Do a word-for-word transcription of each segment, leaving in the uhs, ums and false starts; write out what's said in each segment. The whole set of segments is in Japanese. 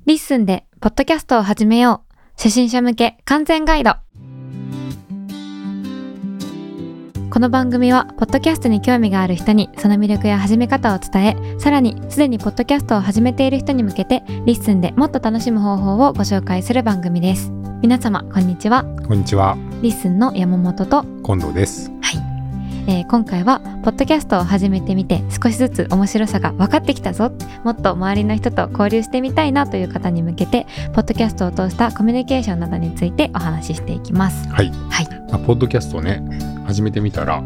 リッスンでポッドキャストを始めよう。初心者向け完全ガイド。この番組はポッドキャストに興味がある人にその魅力や始め方を伝え、さらにすでにポッドキャストを始めている人に向けてリッスンでもっと楽しむ方法をご紹介する番組です。皆様こんにちは。 こんにちは。 リッスンの山本と近藤です。 はい、えー、今回はポッドキャストを始めてみて少しずつ面白さが分かってきたぞ、もっと周りの人と交流してみたいなという方に向けてポッドキャストを通したコミュニケーションなどについてお話ししていきます。 はい、 はい。 まあ、ポッドキャストをね始めてみたら、はい、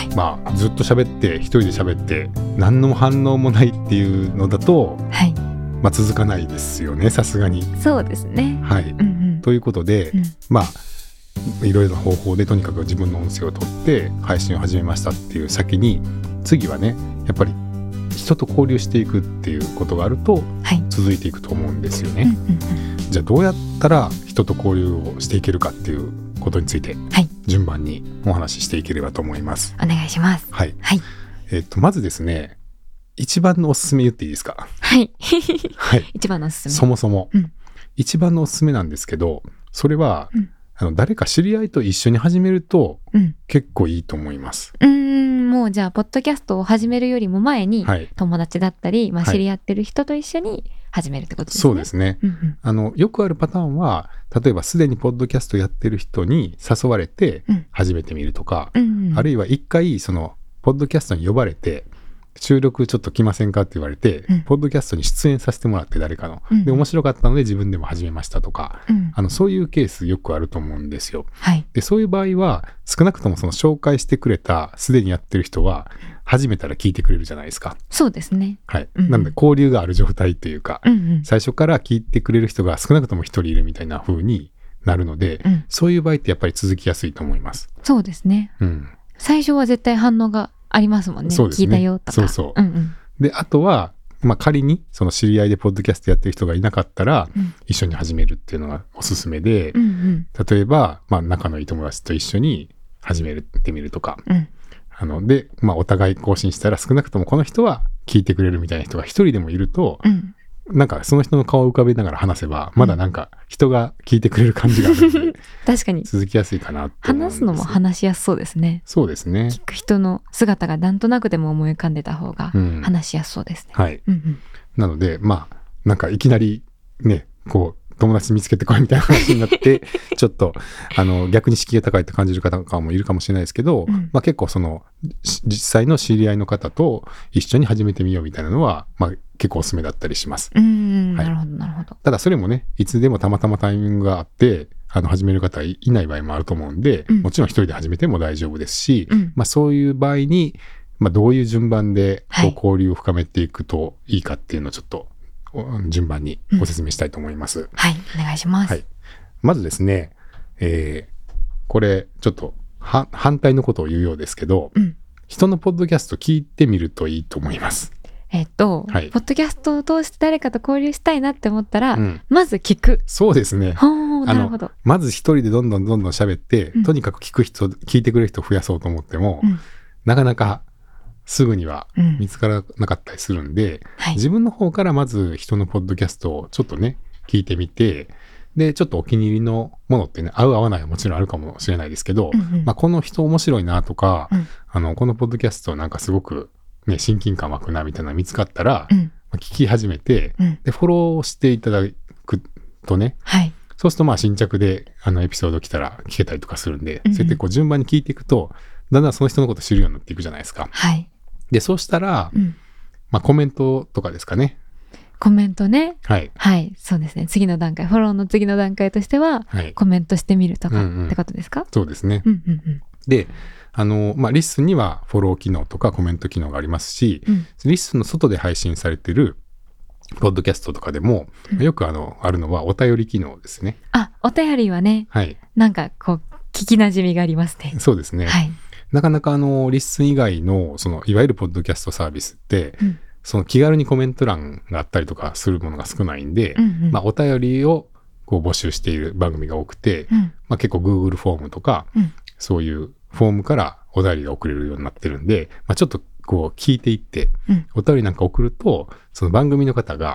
まあずっと喋って一人で喋って何の反応もないっていうのだと、はい、まあ続かないですよね、さすがに。 そうですね。はい、うんうん、 ということで、うん、まあいろいろな方法でとにかく自分の音声を取って配信を始めましたっていう先に、次はねやっぱり人と交流していくっていうことがあると続いていくと思うんですよね、はい、うんうんうん、じゃあどうやったら人と交流をしていけるかっていうことについて、はい、順番にお話ししていければと思います。 お願いします。 はい、はい、えー、とまずですね、一番のおすすめ言っていいですか？ はい、はい、一番のおすすめ、 そもそも、うん、一番のおすすめなんですけど、それは、うん、あの誰か知り合いと一緒に始めると、うん、結構いいと思います。 うーん、もうじゃあポッドキャストを始めるよりも前に、はい、友達だったり、まあ、知り合ってる人と一緒に始めるってことですね。 そうですね、うんうん、あのよくあるパターンは、例えばすでにポッドキャストやってる人に誘われて始めてみるとか、うんうんうん、あるいは一回そのポッドキャストに呼ばれて収録ちょっと来ませんかって言われて、うん、ポッドキャストに出演させてもらって、誰かの、うん、で面白かったので自分でも始めましたとか、うん、あのそういうケースよくあると思うんですよ、はい、でそういう場合は少なくともその紹介してくれたすでにやってる人は始めたら聞いてくれるじゃないですか。 そうですね、 はい、うんうん、なので交流がある状態というか、うんうん、最初から聞いてくれる人が少なくとも一人いるみたいな風になるので、うん、そういう場合ってやっぱり続きやすいと思います。 そうですね、うん、最初は絶対反応がありますもんね。そうですね、聞いたよとか。そうそう、うんうん、 であとは、まあ、仮にその知り合いでポッドキャストやってる人がいなかったら、うん、一緒に始めるっていうのがおすすめで、うんうん、例えば、まあ、仲のいい友達と一緒に始めてみるとか、うん、あので、まあ、お互い更新したら少なくともこの人は聞いてくれるみたいな人が一人でもいると、うん、なんかその人の顔を浮かべながら話せば、まだなんか人が聞いてくれる感じがあるので、うん、 確かに続きやすいかなって思うんです。 話すのも話しやすそうですね。 そうですね。 聞く人の姿がなんとなくでも思い浮かんでた方が話しやすそうですね、 うん、はい、うんうん、なのでまあなんかいきなりねこう友達見つけてこいみたいな話になってちょっとあの逆に敷居が高いと感じる方とかもいるかもしれないですけど、うん、まあ、結構その実際の知り合いの方と一緒に始めてみようみたいなのは、まあ、結構おすすめだったりします。 うん、はい、なるほどなるほど。 ただそれもねいつでもたまたまタイミングがあってあの始める方いない場合もあると思うんで、うん、もちろん一人で始めても大丈夫ですし、うん、まあ、そういう場合に、まあ、どういう順番でこう交流を深めていくといいかっていうのをちょっと順番にご説明したいと思います、うん、 はい、お願いします、はい、 まずですね、えー、これちょっとは反対のことを言うようですけど、うん、人のポッドキャスト聞いてみるといいと思います。 えっと、はい、ポッドキャストを通して誰かと交流したいなって思ったら、うん、まず聞く。 そうですね。 なるほど。 まず一人でどんどんどんどん喋って、うん、とにかく聞く人聞いてくれる人を増やそうと思っても、うん、なかなかすぐには見つからなかったりするんで、うん、はい、自分の方からまず人のポッドキャストをちょっとね聞いてみて、でちょっとお気に入りのものってね、合う合わないはもちろんあるかもしれないですけど、うんうん、まあ、この人面白いなとか、うん、あのこのポッドキャストなんかすごくね親近感湧くなみたいなのが見つかったら、うん、まあ、聞き始めて、うん、でフォローしていただくとね、はい、そうするとまあ新着であのエピソード来たら聞けたりとかするんで、うんうん、そうやってこう順番に聞いていくとだんだんその人のこと知るようになっていくじゃないですか。はい、でそうしたら、うん、まあ、コメントとかですかね。 コメントね、 はい、 はい、そうですね。次の段階、フォローの次の段階としては、はい、コメントしてみるとかってことですか？ うんうん、そうですね、うんうんうん、であの、まあ、リッスンにはフォロー機能とかコメント機能がありますし、うん、リッスンの外で配信されてるポッドキャストとかでも、うん、よくあのあるのはお便り機能ですね。 あ、お便りはね、はい、なんかこう聞きなじみがありますね。 そうですね、はい、なかなかあのリッスン以外のそのいわゆるポッドキャストサービスって、うん、その気軽にコメント欄があったりとかするものが少ないんで、うんうん、まあ、お便りをこう募集している番組が多くて、うん、まあ、結構 Google フォームとか、うん、そういうフォームからお便りが送れるようになってるんで、まあ、ちょっとこう聞いていって、うん、お便りなんか送るとその番組の方が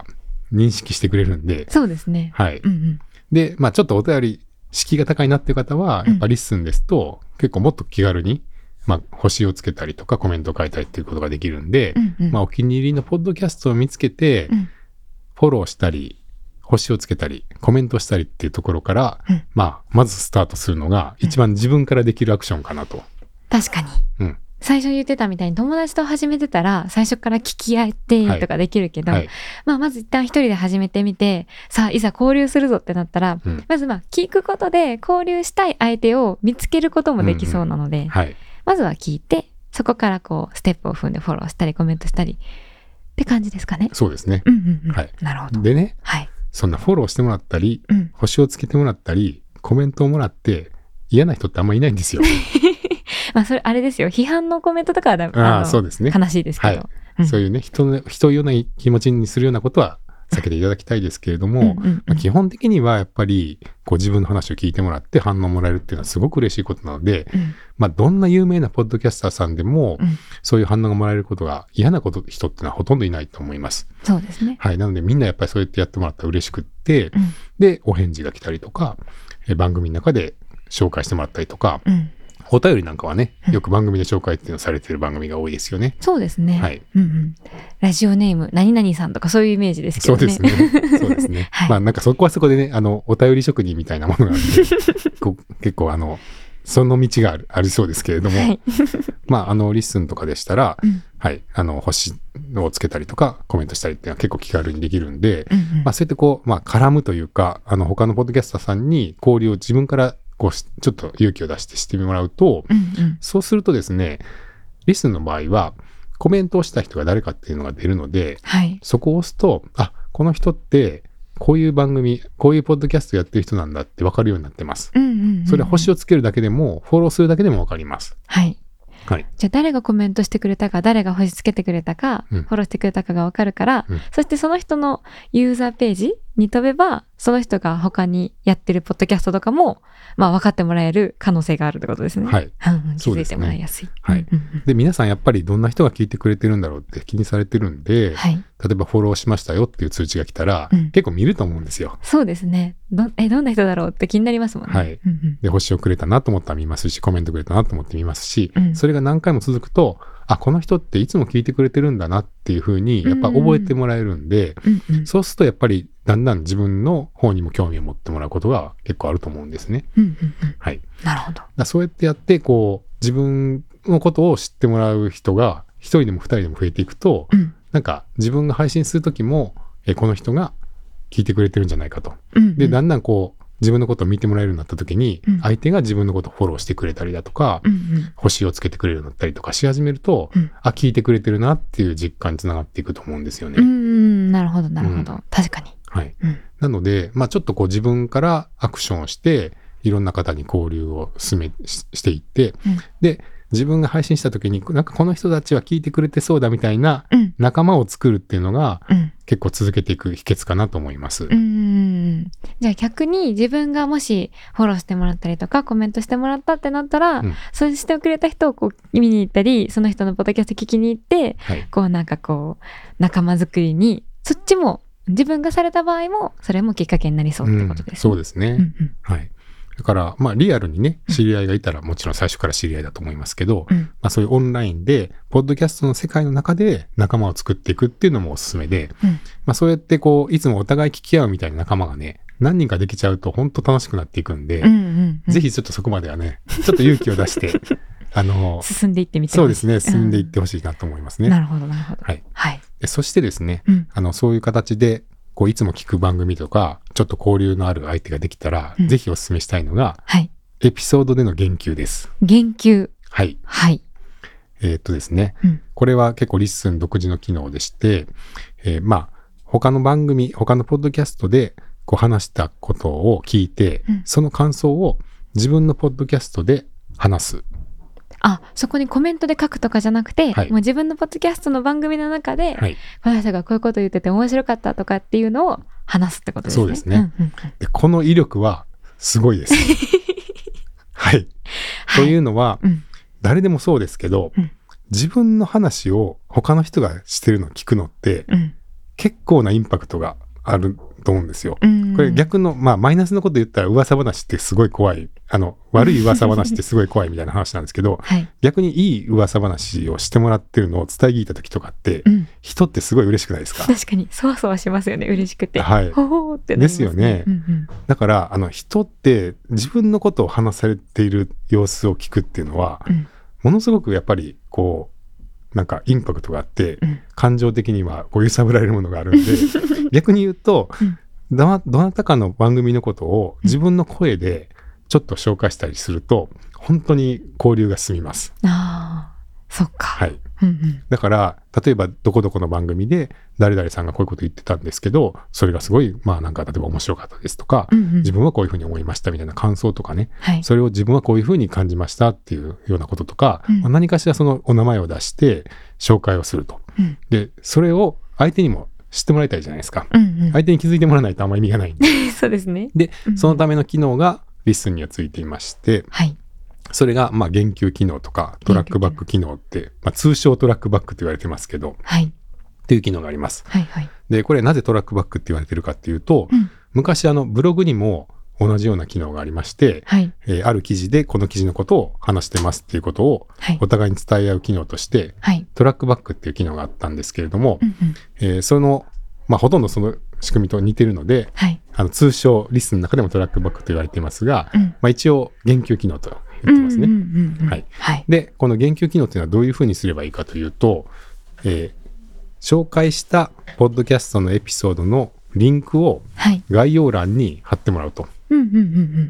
認識してくれるんで。 そうですね。 はい。 うんうん、 で、まあちょっとお便り敷居が高いなっていう方は、やっぱリッスンですと、うん、結構もっと気軽に、まあ星をつけたりとかコメントを書いたりっていうことができるんで、うんうん、まあお気に入りのポッドキャストを見つけて、うん、フォローしたり、星をつけたり、コメントしたりっていうところから、うん、まあまずスタートするのが一番自分からできるアクションかなと。うん、 確かに。うん。最初言ってたみたいに友達と始めてたら最初から聞き合ってとかできるけど、はいはい、まあまず一旦一人で始めてみて、さあいざ交流するぞってなったら、うん、まずまあ聞くことで交流したい相手を見つけることもできそうなので、うんうんはい、まずは聞いて、そこからこうステップを踏んでフォローしたりコメントしたりって感じですかね。 そうですね。 うんうんうん、はい。なるほど。 でね、はい、そんなフォローしてもらったり、うん、星をつけてもらったり、コメントをもらって嫌な人ってあんまいないんですよ。 まあそれあれですよ、批判のコメントとかはだああそうですね、 悲しいですけど、 はいうん、そういうね人の人を言わない気持ちにするようなことは避けていただきたいですけれども、うんうんうんまあ、基本的にはやっぱりこう自分の話を聞いてもらって反応もらえるっていうのはすごく嬉しいことなので、うんまあ、どんな有名なポッドキャスターさんでも、うん、そういう反応がもらえることが嫌なこと人っていうのはほとんどいないと思います。 そうですね、 はい、なのでみんなやっぱりそうやってやってもらったら嬉しくって、うん、でお返事が来たりとかえ番組の中で紹介してもらったりとか、うんお便りなんかはね、よく番組で紹介っていうのをされてる番組が多いですよね。 そうですね。 はい。 うんうん、ラジオネーム何々さんとかそういうイメージですけどね。 そうですね。そうですね。はい、まあなんかそこはそこでね、あのお便り職人みたいなものがあってこ結構あのその道があるありそうですけれども、はい、まああのリッスンとかでしたら、うん、はいあの星をつけたりとかコメントしたりっていうのは結構気軽にできるんで、うんうん、まあそうやってこうまあ絡むというかあの他のポッドキャスターさんに交流を自分からこうちょっと勇気を出してしてもらうと、うんうん、そうするとですねリスンの場合はコメントをした人が誰かっていうのが出るので、はい、そこを押すとあこの人ってこういう番組こういうポッドキャストやってる人なんだって分かるようになってます、うんうんうんうん、それは星をつけるだけでもフォローするだけでも分かります。 はいはい、じゃあ誰がコメントしてくれたか誰が星つけてくれたか、うん、フォローしてくれたかが分かるから、うん、そしてその人のユーザーページに飛べばその人が他にやってるポッドキャストとかも、まあ、分かってもらえる可能性があるってことですね。 はい、 うんうん、気づいてもらいやすい。 はい、で皆さんやっぱりどんな人が聞いてくれてるんだろうって気にされてるんで、はい、例えばフォローしましたよっていう通知が来たら、うん、結構見ると思うんですよ。 そうですね。どえどんな人だろうって気になりますもんね。 はい、うんうん、で星をくれたなと思ったら見ますしコメントくれたなと思って見ますし、うん、それが何回も続くとあこの人っていつも聞いてくれてるんだなっていうふうにやっぱ覚えてもらえるんで、うんうん、そうするとやっぱりだんだん自分の方にも興味を持ってもらうことが結構あると思うんですね。うんうんうん、はい。 なるほど。 だそうやってやってこう自分のことを知ってもらう人が一人でも二人でも増えていくと、うん、なんか自分が配信する時もえこの人が聞いてくれてるんじゃないかと。うんうん、でだんだんこう自分のことを見てもらえるようになった時に、うん、相手が自分のことをフォローしてくれたりだとか、うんうん、星をつけてくれるようになったりとかし始めると、うん、あ聞いてくれてるなっていう実感につながっていくと思うんですよね。 うんなるほどなるほど、うん、確かに。 はい。うん、なので、まあ、ちょっとこう自分からアクションをしていろんな方に交流を進め し, していって、うん、で自分が配信した時になんかこの人たちは聞いてくれてそうだみたいな仲間を作るっていうのが、うん、結構続けていく秘訣かなと思います。 うんじゃあ逆に自分がもしフォローしてもらったりとかコメントしてもらったってなったら、うん、そうしてくれた人をこう見に行ったりその人のポッドキャスト聞きに行って、はい、こうなんかこう仲間作りにそっちも自分がされた場合もそれもきっかけになりそうってことですね。うん、そうですね。うんうん、 はい。だからまあリアルにね知り合いがいたらもちろん最初から知り合いだと思いますけど、うん、まあそういうオンラインでポッドキャストの世界の中で仲間を作っていくっていうのもおすすめで、うん、まあそうやってこういつもお互い聞き合うみたいな仲間がね何人かできちゃうと本当楽しくなっていくんで、うんうんうん、ぜひちょっとそこまではねちょっと勇気を出してあの進んでいってみてそうですね進んでいってほしいなと思いますね。 うん、なるほどなるほど。 はい。はい、でそしてですね、うん、あのそういう形でこういつも聞く番組とかちょっと交流のある相手ができたら、うん、ぜひお勧めしたいのが、はい、エピソードでの言及です。 言及。 はい。 はい。 えー、っとですね、うん、これは結構リッスン独自の機能でして、えー、まあ他の番組他のポッドキャストでこう話したことを聞いて、うん、その感想を自分のポッドキャストで話す。 あ、そこにコメントで書くとかじゃなくて、はい、もう自分のポッドキャストの番組の中で、はい、この人がこういうことを言ってて面白かったとかっていうのを話すってことですね。 そうですね。うんうんうん、でこの威力はすごいです。はい。というのは、はい、誰でもそうですけど、うん、自分の話を他の人がしてるのを聞くのって、うん、結構なインパクトがあると思うんですよ。 うん、 これ逆の、まあ、マイナスのこと言ったら噂話ってすごい怖い、あの悪い噂話ってすごい怖いみたいな話なんですけど、 はい、 逆にいい噂話をしてもらってるのを伝え聞いた時とかって、うん、人ってすごい嬉しくないですか？ 確かにそわそわしますよね、嬉しくて、 はい、 ほほーってなりますね。 ですよね、 うんうん、 だからあの人って自分のことを話されている様子を聞くっていうのは、うん、ものすごくやっぱりこうなんかインパクトがあって、うん、感情的にはこう揺さぶられるものがあるんで逆に言うと、うんどな、どなたかの番組のことを自分の声でちょっと紹介したりすると、うん、本当に交流が進みます。 ああ、そっか。 はい。 うんうん、 だから例えばどこどこの番組で誰々さんがこういうこと言ってたんですけど、それがすごいまあなんか例えば面白かったですとか、うんうん、自分はこういうふうに思いましたみたいな感想とかね、はい、それを自分はこういうふうに感じましたっていうようなこととか、うんまあ、何かしらそのお名前を出して紹介をすると、うん、でそれを相手にも知ってもらいたいじゃないですか、うんうん、相手に気づいてもらわないとあんまり意味がないんでそうですね。 で、うんうん、そのための機能がリッスンにはついていまして、はい、それがまあ言及機能とかトラックバック機能って、まあ、通称トラックバックと言われてますけど、はい、っていう機能があります、はいはい、でこれなぜトラックバックって言われてるかっていうと、うん、昔あのブログにも同じような機能がありまして、はいえー、ある記事でこの記事のことを話してますっていうことをお互いに伝え合う機能として、はい、トラックバックっていう機能があったんですけれども、うんうんえー、その、まあ、ほとんどその仕組みと似てるので、はい、あの通称リスンの中でもトラックバックと言われていますが、うんまあ、一応言及機能と言ってますね。でこの言及機能というのはどういうふうにすればいいかというと、えー、紹介したポッドキャストのエピソードのリンクを概要欄に貼ってもらうと、はいうんうんうんうん、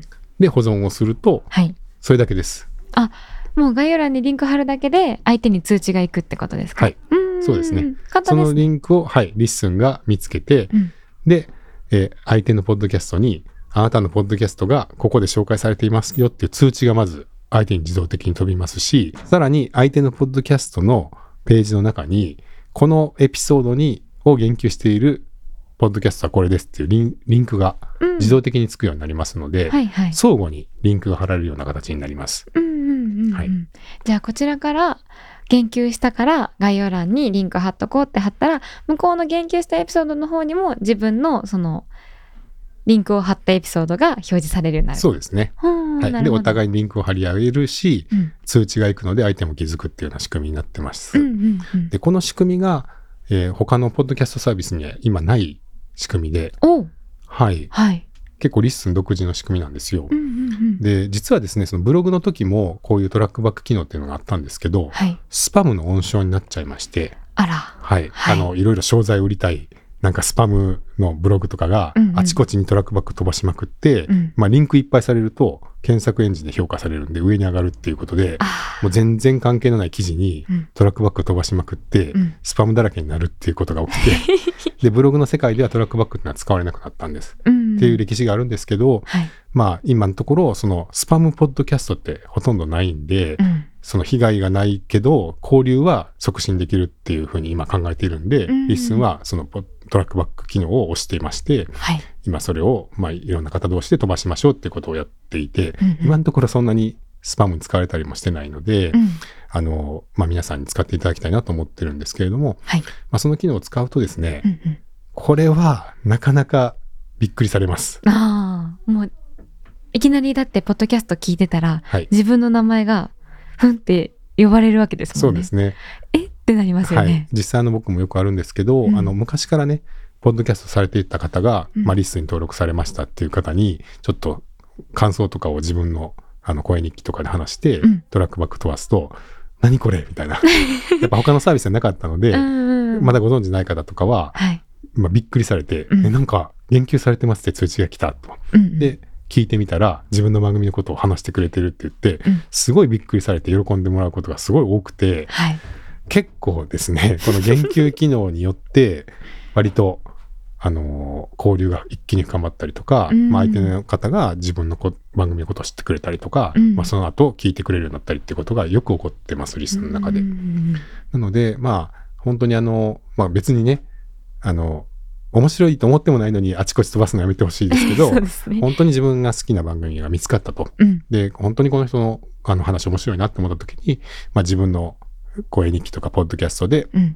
で保存をすると、はい、それだけです。 あ、もう概要欄にリンク貼るだけで相手に通知がいくってことですか？ はい、うんそうですね。そのリンクを、はい、リッスンが見つけて、うん、で、えー、相手のポッドキャストにあなたのポッドキャストがここで紹介されていますよっていう通知がまず相手に自動的に飛びますし、さらに相手のポッドキャストのページの中にこのエピソードにを言及しているポッドキャストはこれですっていうリ ン, リンクが自動的につくようになりますので、うんはいはい、相互にリンクが貼られるような形になります。うんうんうんうんはい、じゃあこちらから言及したから概要欄にリンク貼っとこうって貼ったら、向こうの言及したエピソードの方にも自分のそのリンクを貼ったエピソードが表示されるようになる。 そうですね、はい、でお互いにリンクを貼り合えるし、うん、通知がいくので相手も気づくっていうような仕組みになってます、うんうんうん、でこの仕組みが、えー、他のポッドキャストサービスには今ない仕組みで、はい、はい、結構リッスン独自の仕組みなんですよ、うんうんうん、で実はですねそのブログの時もこういうトラックバック機能っていうのがあったんですけど、はい、スパムの温床になっちゃいまして、 あら、 はい、はい、あのいろいろ商材を売りたいなんかスパムのブログとかがあちこちにトラックバック飛ばしまくって、うんうん、まあ、リンクいっぱいされると検索エンジンで評価されるんで上に上がるっていうことで、もう全然関係のない記事にトラックバック飛ばしまくって、うん、スパムだらけになるっていうことが起きてでブログの世界ではトラックバックってのは使われなくなったんです、うんうん、っていう歴史があるんですけど、はい、まあ今のところそのスパムポッドキャストってほとんどないんで、うん、その被害がないけど交流は促進できるっていうふうに今考えているんで、うんうん、リッスンはそのトラックバック機能を押していまして、はい、今それをまあいろんな方同士で飛ばしましょうっていうことをやっていて、うんうん、今のところそんなにスパムに使われたりもしてないので、うん、あのまあ、皆さんに使っていただきたいなと思ってるんですけれども、はい、まあ、その機能を使うとですね、うんうん、これはなかなかびっくりされます。 ああ、もういきなりだってポッドキャスト聞いてたら、はい、自分の名前がふんって呼ばれるわけですもんね。 そうですね。 えってなりますよね。はい、 実際の僕もよくあるんですけど、うん、あの昔からねポッドキャストされていた方が、うんまあ、リストに登録されましたっていう方にちょっと感想とかを自分のあの声日記とかで話して、うん、トラックバック飛ばすと何これみたいなやっぱ他のサービスはなかったのでまだご存知ない方とかは、はいまあ、びっくりされて、うん、えなんか言及されてますって通知が来たと、うん、で聞いてみたら自分の番組のことを話してくれてるって言って、うん、すごいびっくりされて喜んでもらうことがすごい多くて、はい、結構ですねこの言及機能によって割とあのー、交流が一気に深まったりとか、うんまあ、相手の方が自分のこ番組のことを知ってくれたりとか、うんまあ、その後聞いてくれるようになったりっていうことがよく起こってますリストの中で、うん、なのでまあ本当にあの、まあ、別にねあの面白いと思ってもないのにあちこち飛ばすのやめてほしいですけどそうですね、本当に自分が好きな番組が見つかったと、うん、で本当にこの人の、あの話面白いなって思った時に、まあ、自分の声日記とかポッドキャストで、うん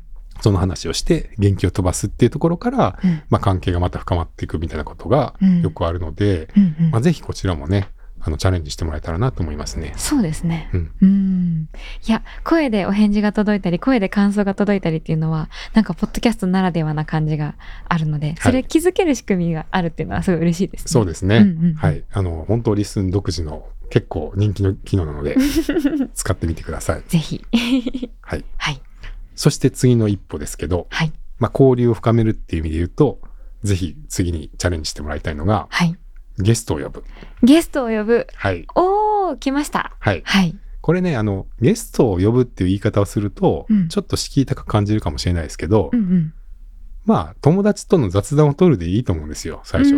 その話をして元気を飛ばすっていうところから、うん、まあ、関係がまた深まっていくみたいなことがよくあるので、うんうんうん、まあ、ぜひこちらもねあのチャレンジしてもらえたらなと思いますね。 そうですね、うん、うんいや声でお返事が届いたり声で感想が届いたりっていうのはなんかポッドキャストならではな感じがあるので、それ気づける仕組みがあるっていうのはすごい嬉しいですね。 そうですね、うんうんうん、はいあの本当リスン独自の結構人気の機能なので使ってみてください。 ぜひはい、 はい、 そして次の一歩ですけど、はいまあ、交流を深めるっていう意味で言うとぜひ次にチャレンジしてもらいたいのが、はい、ゲストを呼ぶ。 ゲストを呼ぶ。 はい。 おー、来ました。 はい。はい。これね、あの、ゲストを呼ぶっていう言い方をすると、うん、ちょっと敷居高く感じるかもしれないですけど、うんうん、まあ、友達との雑談を取るでいいと思うんですよ、最初。 うん、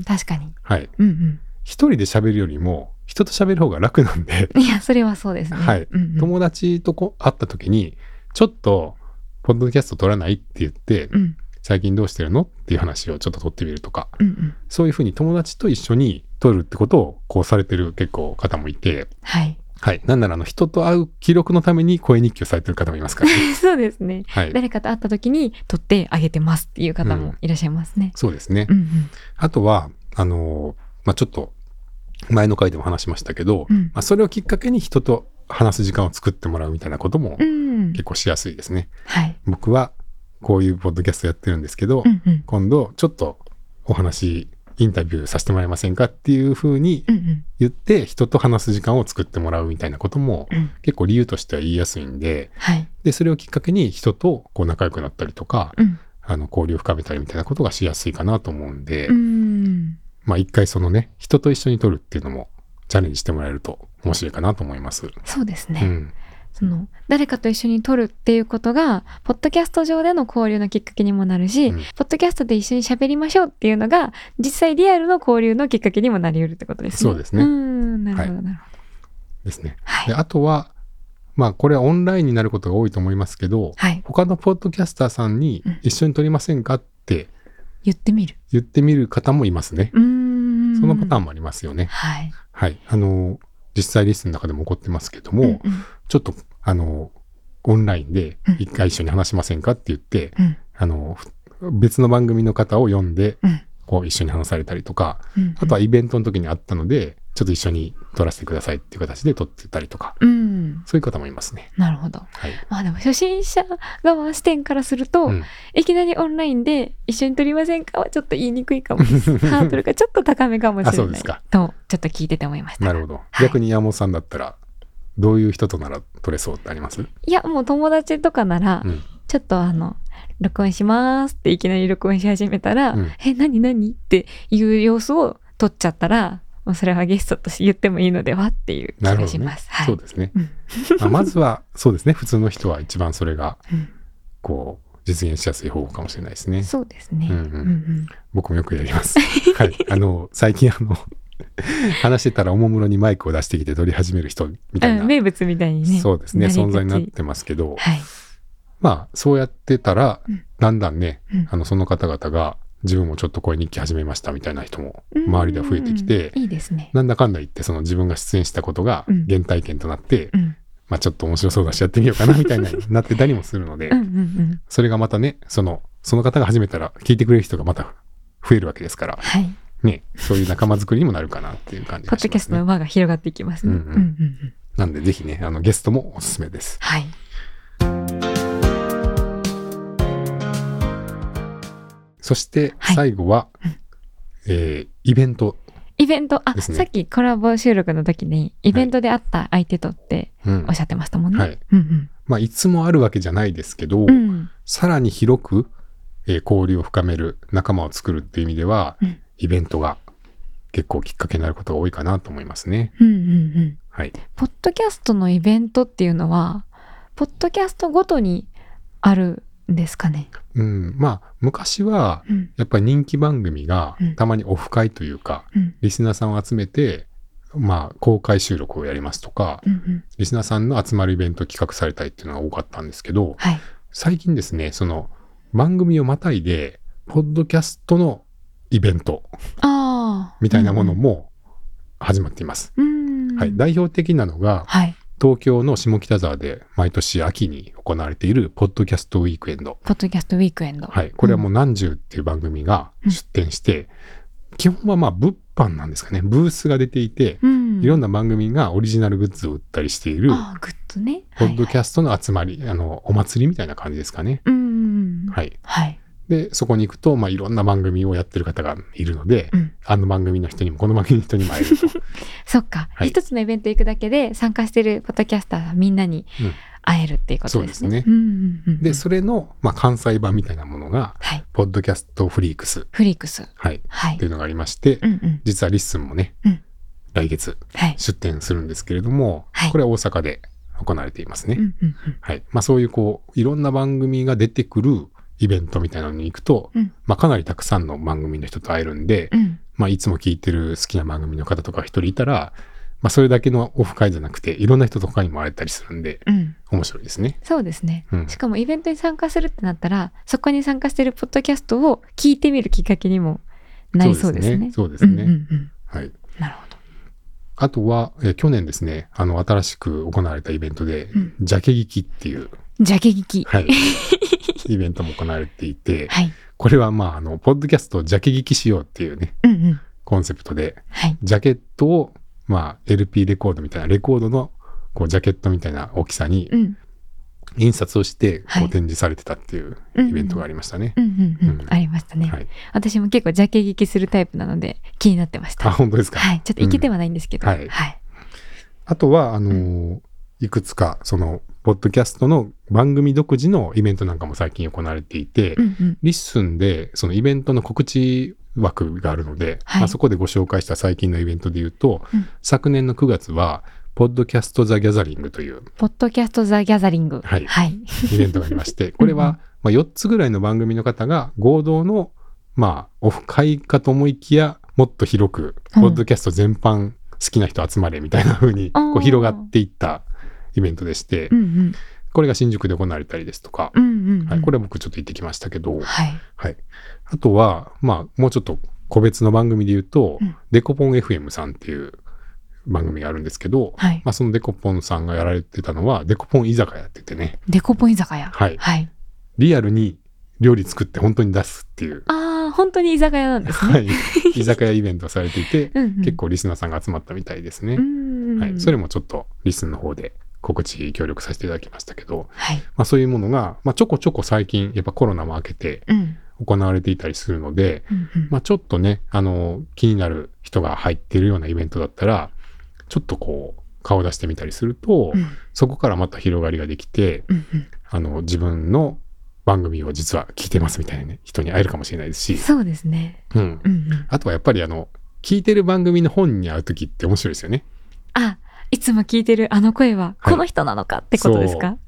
確かに。 はい。うんうん。一人で喋るよりも、人と喋る方が楽なんで。 いや、それはそうですね。 はい。うんうん、友達とこ会った時に、ちょっと、ポッドキャスト撮らないって言って、うん、最近どうしてるのっていう話をちょっと撮ってみるとか、うんうん、そういうふうに友達と一緒に撮るってことをこうされてる結構方もいて、はい。はい。なんならあの人と会う記録のために声日記をされてる方もいますからね。 そうですね、はい。誰かと会った時に撮ってあげてますっていう方もいらっしゃいますね。 うん、そうですね。うんうん、あとは、あの、まあ、ちょっと前の回でも話しましたけど、うん、まあ、それをきっかけに人と話す時間を作ってもらうみたいなことも結構しやすいですね。うん、はい。僕はこういうポッドキャストやってるんですけど、うんうん、今度ちょっとお話インタビューさせてもらえませんかっていうふうに言って人と話す時間を作ってもらうみたいなことも結構理由としては言いやすいんで、うん、でそれをきっかけに人とこう仲良くなったりとか、うん、あの交流を深めたりみたいなことがしやすいかなと思うんで、うん、まあ一回そのね人と一緒に撮るっていうのもチャレンジしてもらえると面白いかなと思います。 そうですね、うん、その誰かと一緒に撮るっていうことがポッドキャスト上での交流のきっかけにもなるし、うん、ポッドキャストで一緒に喋りましょうっていうのが実際リアルの交流のきっかけにもなり得るってことですね。 そうですね。 うん、なるほど、はい、なるほどですね。はい、であとはまあこれはオンラインになることが多いと思いますけど、はい、他のポッドキャスターさんに一緒に撮りませんかって言ってみる言ってみる方もいますね。うーん、そのパターンもありますよね。はい、はい、あの実際リストの中でも起こってますけども、うんうん、ちょっとあのオンラインで一回一緒に話しませんかって言って、うん、あの別の番組の方を呼んで、うん、こう一緒に話されたりとか、うんうん、あとはイベントの時にあったのでちょっと一緒に撮らせてくださいっていう形で撮ってたりとか、うん、そういう方もいますね。 なるほど、はい、まあでも初心者側視点からすると、うん、いきなりオンラインで一緒に撮りませんかはちょっと言いにくいかもですハードルがちょっと高めかもしれないとちょっと聞いてて思いました。 なるほど、はい、逆に山本さんだったらどういう人となら撮れそうってあります？ いやもう友達とかなら、うん、ちょっとあの録音しますっていきなり録音し始めたら、うん、え何何っていう様子を撮っちゃったらもうそれはゲストとして言ってもいいのではっていう気がします。 ね、はい、そうですね、うんまあ、まずはそうですね普通の人は一番それがこう実現しやすい方法かもしれないですね。 そうですね、うんうんうんうん、 僕もよくやりますはいあの最近あの話してたらおもむろにマイクを出してきて撮り始める人みたいな、 うん、名物みたいにねそうですね存在になってますけど、はい、まあそうやってたら、うん、だんだんね、うん、あのその方々が自分もちょっと声日記始めましたみたいな人も周りでは増えてきて、 いいですね、 なんだかんだ言ってその自分が出演したことが原体験となって、うん、まあちょっと面白そうだしやってみようかなみたいなになってたりもするのでうんうん、うん、それがまたねそのその方が始めたら聞いてくれる人がまた増えるわけですから、はいね、そういう仲間作りにもなるかなっていう感じがしますね。ポッドキャストの輪が広がっていきますね。うんうんうんうん、なんでぜひねあのゲストもおすすめです。はい。そして最後は、はいえー、イベント、ね、 イベントあさっきコラボ収録の時にイベントで会った相手とっておっしゃってましたもんね。 はい。うんうん、まあいつもあるわけじゃないですけど、うん、さらに広く、えー、交流を深める仲間を作るっていう意味では。うんイベントが結構きっかけになることが多いかなと思いますね。うんうんうん。はい。 ポッドキャストのイベントっていうのは、ポッドキャストごとにあるんですかね。 うん、まあ昔はやっぱり人気番組がたまにオフ会というか、うん、リスナーさんを集めて、まあ公開収録をやりますとか、うんうん、リスナーさんの集まるイベントを企画されたりっていうのが多かったんですけど、はい、最近ですね、その番組をまたいでポッドキャストのイベントみたいなものも始まっています。うんはい、代表的なのが、はい、 東京の下北沢で毎年秋に行われているポッドキャストウィークエンド。 ポッドキャストウィークエンド。 はい。これはもう何十っていう番組が出展して、うん、基本はまあ物販なんですかね。ブースが出ていて、うん、いろんな番組がオリジナルグッズを売ったりしている、 ああ、グッズね。 ポッドキャストの集まり、はいはい、あの、お祭りみたいな感じですかね。 うん。 はい。 はい。 で、そこに行くと、まあ、いろんな番組をやってる方がいるので、うん、あの番組の人にもこの番組の人にも会えると。 そっか、はい。一つのイベント行くだけで参加してるポッドキャスターみんなに会えるっていうことですね。 そうですね。うんうんうん、で、それの、まあ、関西版みたいなものが、はい、ポッドキャストフリークス。 フリークス。 はい。はい、っていうのがありまして、うんうん、実はリッスンもね、うん、来月、はい、出展するんですけれども、はい、これは大阪で行われていますね。うんうんうん、はい。まあ、そういうこう、いろんな番組が出てくるイベントみたいなのに行くと、うん、まあかなりたくさんの番組の人と会えるんで、うん、まあいつも聞いてる好きな番組の方とか一人いたら、まあそれだけのオフ会じゃなくて、いろんな人とかにも会えたりするんで、うん、面白いですね。 そうですね、うん。しかもイベントに参加するってなったら、そこに参加してるポッドキャストを聞いてみるきっかけにもなりそうですね。 そうですね。そうですね。うんうんうん、はい。なるほど。あとは、え去年ですね、あの新しく行われたイベントで、うん、ジャケ聞きっていう。 ジャケ聞き。 はい。イベントも行われていて、はい、これはまあ、あの、ポッドキャストをジャケ聞きしようっていうね、うんうん、コンセプトで、はい、ジャケットを、まあ、エルピー レコードみたいな、レコードの、こう、ジャケットみたいな大きさに、印刷をして、こう、展示されてたっていうイベントがありましたね。 ありましたね、はい。私も結構ジャケ聞きするタイプなので、気になってました。 あ、本当ですか。 はい。ちょっといけてはないんですけど。 うん、はい。はい、あとは、あのー、うんいくつか、その、ポッドキャストの番組独自のイベントなんかも最近行われていて、うんうん、リッスンで、そのイベントの告知枠があるので、はい、まあ、そこでご紹介した最近のイベントで言うと、うん、昨年のくがつは、ポッドキャストザ・ギャザリングという。 ポッドキャストザ・ギャザリング。 はい。はい、イベントがありまして、これは、まあ、よっつぐらいの番組の方が合同の、まあ、オフ会かと思いきや、もっと広く、ポッドキャスト全般好きな人集まれみたいな風に、こう広がっていった、イベントでして、うんうん、これが新宿で行われたりですとか、うんうんうんはい、これは僕ちょっと行ってきましたけど、はいはい、あとは、まあ、もうちょっと個別の番組で言うと、うん、デコポン エフエム さんっていう番組があるんですけど、はいまあ、そのデコポンさんがやられてたのは、デコポン居酒屋って言ってね。 デコポン居酒屋はい。はい、リアルに料理作って本当に出すっていう。 ああ、本当に居酒屋なんですね。はい。 居酒屋イベントをされていて、うんうん、結構リスナーさんが集まったみたいですね。うんはい。それもちょっとリスンの方で告知協力させていただきましたけど、はいまあ、そういうものが、まあ、ちょこちょこ最近やっぱコロナも明けて行われていたりするので、うんまあ、ちょっとねあの気になる人が入っているようなイベントだったらちょっとこう顔を出してみたりすると、うん、そこからまた広がりができて、うんうん、あの自分の番組を実は聞いてますみたいな、ね、人に会えるかもしれないですしそうですね、うんうんうん、 あとはやっぱりあの聞いてる番組の本に会う時って面白いですよね。 あいつも聞いてるあの声はこの人なのかってことですか、はい、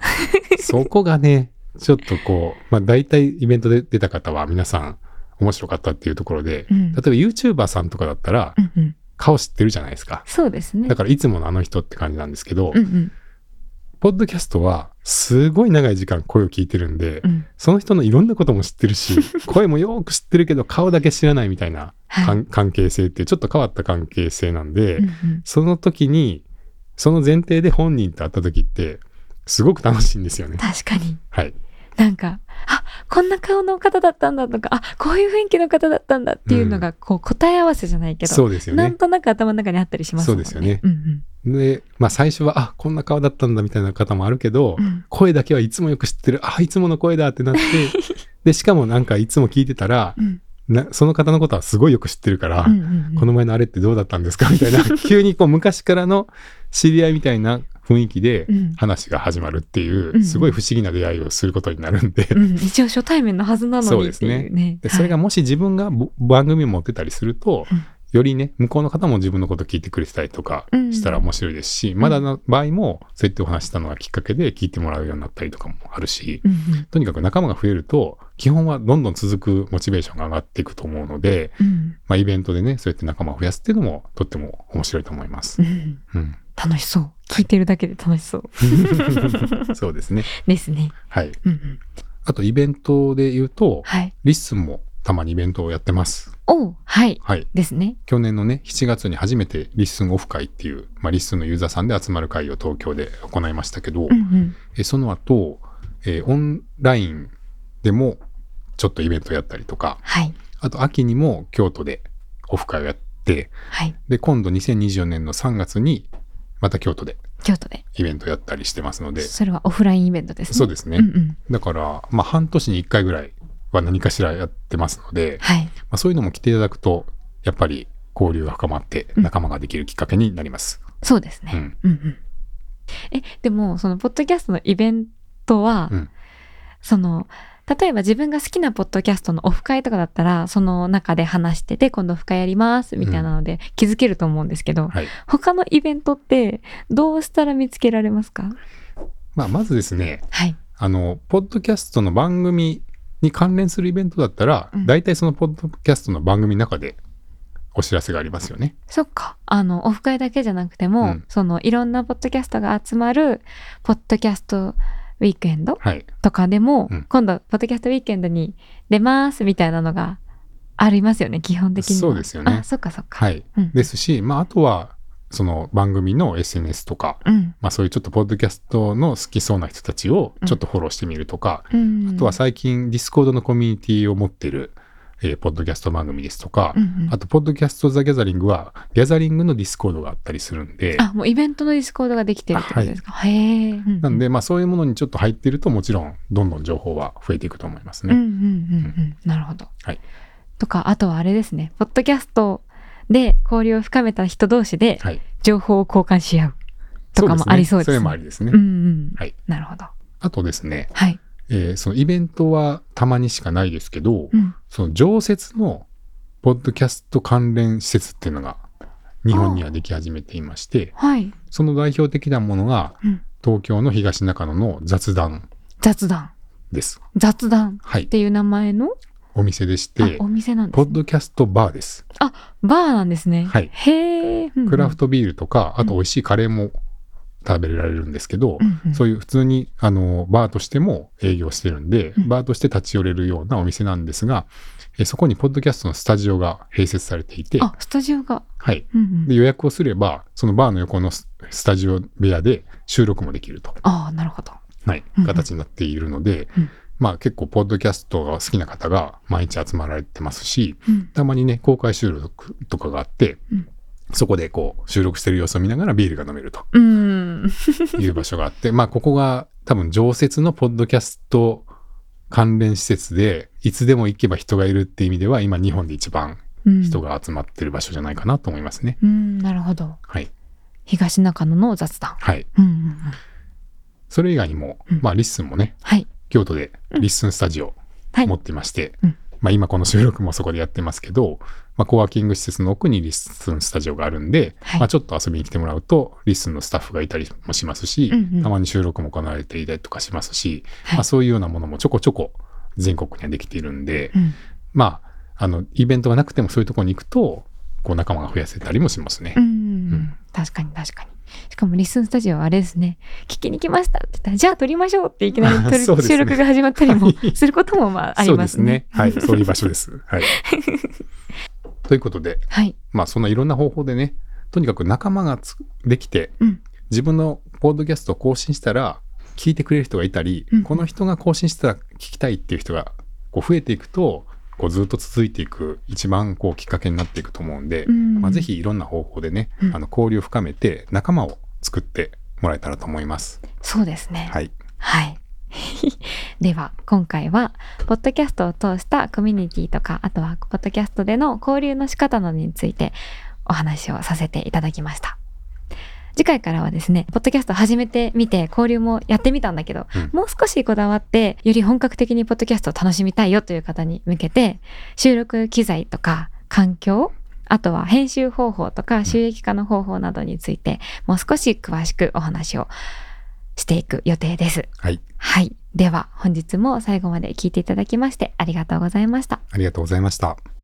そ, そこがねちょっとこう、まあ、大体イベントで出た方は皆さん面白かったっていうところで、うん、例えば YouTuber さんとかだったら、うんうん、顔知ってるじゃないですか。 そうですね。 だからいつものあの人って感じなんですけど、うんうん、ポッドキャストはすごい長い時間声を聞いてるんで、うん、その人のいろんなことも知ってるし声もよく知ってるけど顔だけ知らないみたいな、はい、関係性ってちょっと変わった関係性なんで、うんうん、その時にその前提で本人と会った時ってすごく楽しいんですよね。 確かに。 はい。 なんかあこんな顔の方だったんだとかあこういう雰囲気の方だったんだっていうのがこう答え合わせじゃないけど、うん、そうですよね。なんとなく頭の中にあったりしますもんね。 そうですよね。うんうん、でまあ最初はあこんな顔だったんだみたいな方もあるけど、うん、声だけはいつもよく知ってるあいつもの声だってなってでしかもなんかいつも聞いてたら、うんなその方のことはすごいよく知ってるから、うんうんうん、この前のあれってどうだったんですかみたいな急にこう昔からの知り合いみたいな雰囲気で話が始まるっていう、うん、すごい不思議な出会いをすることになるんで、うん、 一応初対面のはずなのにっていうね。そうですね。 でそれがもし自分が番組を持ってたりすると、うんよりね向こうの方も自分のこと聞いてくれてたりとかしたら面白いですし、うん、まだの場合もそうやってお話したのがきっかけで聞いてもらうようになったりとかもあるし、うんうん、とにかく仲間が増えると基本はどんどん続くモチベーションが上がっていくと思うので、うんまあ、イベントでねそうやって仲間を増やすっていうのもとっても面白いと思います、うんうん、楽しそう聞いてるだけで楽しそうそうですねですねはい、うんうん、あとイベントで言うと、はい、リッスンもたまにイベントをやってます。 おはい、 はい、 ですね。 去年のねしちがつに初めてリッスンオフ会っていう、まあ、リッスンのユーザーさんで集まる会を東京で行いましたけど、うんうん、えその後、えー、オンラインでもちょっとイベントやったりとか、はい、あと秋にも京都でオフ会をやって、はい、で今度にせんにじゅうよねんのさんがつにまた京都で京都でイベントやったりしてますので、 それはオフラインイベントですね。 そうですね、うんうん、だからまあ半年にいっかいぐらいは何かしらやってますので、はい、まあ、そういうのも来ていただくとやっぱり交流が深まって仲間ができるきっかけになります。 うん、そうですね、うんうんうん、えでもそのポッドキャストのイベントは、うん、その例えば自分が好きなポッドキャストのオフ会とかだったらその中で話してて今度オフ会やりますみたいなので気づけると思うんですけど、うん、はい、他のイベントってどうしたら見つけられますか？ まあ、まずですね、はい、あのポッドキャストの番組に関連するイベントだったら、うん、大体そのポッドキャストの番組の中でお知らせがありますよね。 そっか、あのオフ会だけじゃなくても、うん、そのいろんなポッドキャストが集まるポッドキャストウィークエンドとかでも、はい、うん、今度ポッドキャストウィークエンドに出ますみたいなのがありますよね、基本的には。 そうですよね。 あ、そっかそっか、 はい、うん、ですし、まあ、あとはその番組の エスエヌエス とか、うん、まあ、そういうちょっとポッドキャストの好きそうな人たちをちょっとフォローしてみるとか、うん、あとは最近ディスコードのコミュニティを持ってる、えー、ポッドキャスト番組ですとか、うんうん、あとポッドキャストザギャザリングはギャザリングのディスコードがあったりするんで、 あ、もうイベントのディスコードができてるってことですか？はい、へえ、うんうん、 なんでまあそういうものにちょっと入ってるともちろんどんどん情報は増えていくと思いますね。 うんうんうんうん、なるほど、はい、とかあとはあれですね、ポッドキャストで交流を深めた人同士で情報を交換し合うとかもありそうですね。 それもありですね。 うんうん、はい、なるほど。 あとですね、はい、えー、そのイベントはたまにしかないですけど、うん、その常設のポッドキャスト関連施設っていうのが日本にはでき始めていまして、はい、その代表的なものが、うん、東京の東中野の雑談雑談です。 雑談っていう名前の、はい、 お店でして、 お店なんですね。 ポッドキャストバーです。 あ、バーなんですね。 はい。 へえ。 クラフトビールとか、あと美味しいカレーも食べられるんですけど、うんうん、そういう普通にあのバーとしても営業してるんで、うん、バーとして立ち寄れるようなお店なんですが、えそこにポッドキャストのスタジオが併設されていて、 あ、スタジオが、 はい、うんうん、で予約をすればそのバーの横のスタジオ部屋で収録もできると、 あ、なるほど、 はい、形になっているので、うんうん、まあ結構ポッドキャストが好きな方が毎日集まられてますし、うん、たまにね公開収録とかがあって、うん、そこでこう収録してる様子を見ながらビールが飲めるという場所があってまあここが多分常設のポッドキャスト関連施設でいつでも行けば人がいるっていう意味では今日本で一番人が集まってる場所じゃないかなと思いますね。 うん、なるほど、はい、東中野の雑談、 はい、うんうんうん、それ以外にも、うん、まあリッスンもね、はい、京都でリッスンスタジオ持ってまして、うん、まあ、今この収録もそこでやってますけど、まあ、コワーキング施設の奥にリッスンスタジオがあるんで、はい、まあ、ちょっと遊びに来てもらうとリッスンのスタッフがいたりもしますし、うんうん、たまに収録も行われていたりとかしますし、はい、まあ、そういうようなものもちょこちょこ全国にはできているんで、うん、まああのイベントがなくてもそういうところに行くとこう仲間が増やせたりもしますね。 うんうん、確かに確かに。しかもリッスンスタジオはあれですね、聞きに来ましたって言ったらじゃあ撮りましょうっていきなり撮る、ね、収録が始まったりもすることもまあありますね。 そうですね、はい、そういう場所です。はい、ということで、はい、まあそんないろんな方法でね、とにかく仲間がつできて、うん、自分のポッドキャストを更新したら聞いてくれる人がいたり、うん、この人が更新したら聞きたいっていう人がこう増えていくとこうずっと続いていく一番こうきっかけになっていくと思うんで、うん、まあ、ぜひいろんな方法でね、うん、あの交流を深めて仲間を作ってもらえたらと思います。 そうですね。 はい。 はい。では今回はポッドキャストを通したコミュニティとか、あとはポッドキャストでの交流の仕方などについてお話をさせていただきました。次回からはですね、ポッドキャスト始めてみて交流もやってみたんだけど、うん、もう少しこだわってより本格的にポッドキャストを楽しみたいよという方に向けて、収録機材とか環境、あとは編集方法とか収益化の方法などについてもう少し詳しくお話をしていく予定です。 はい、 はい、では本日も最後まで聞いていただきましてありがとうございました。 ありがとうございました。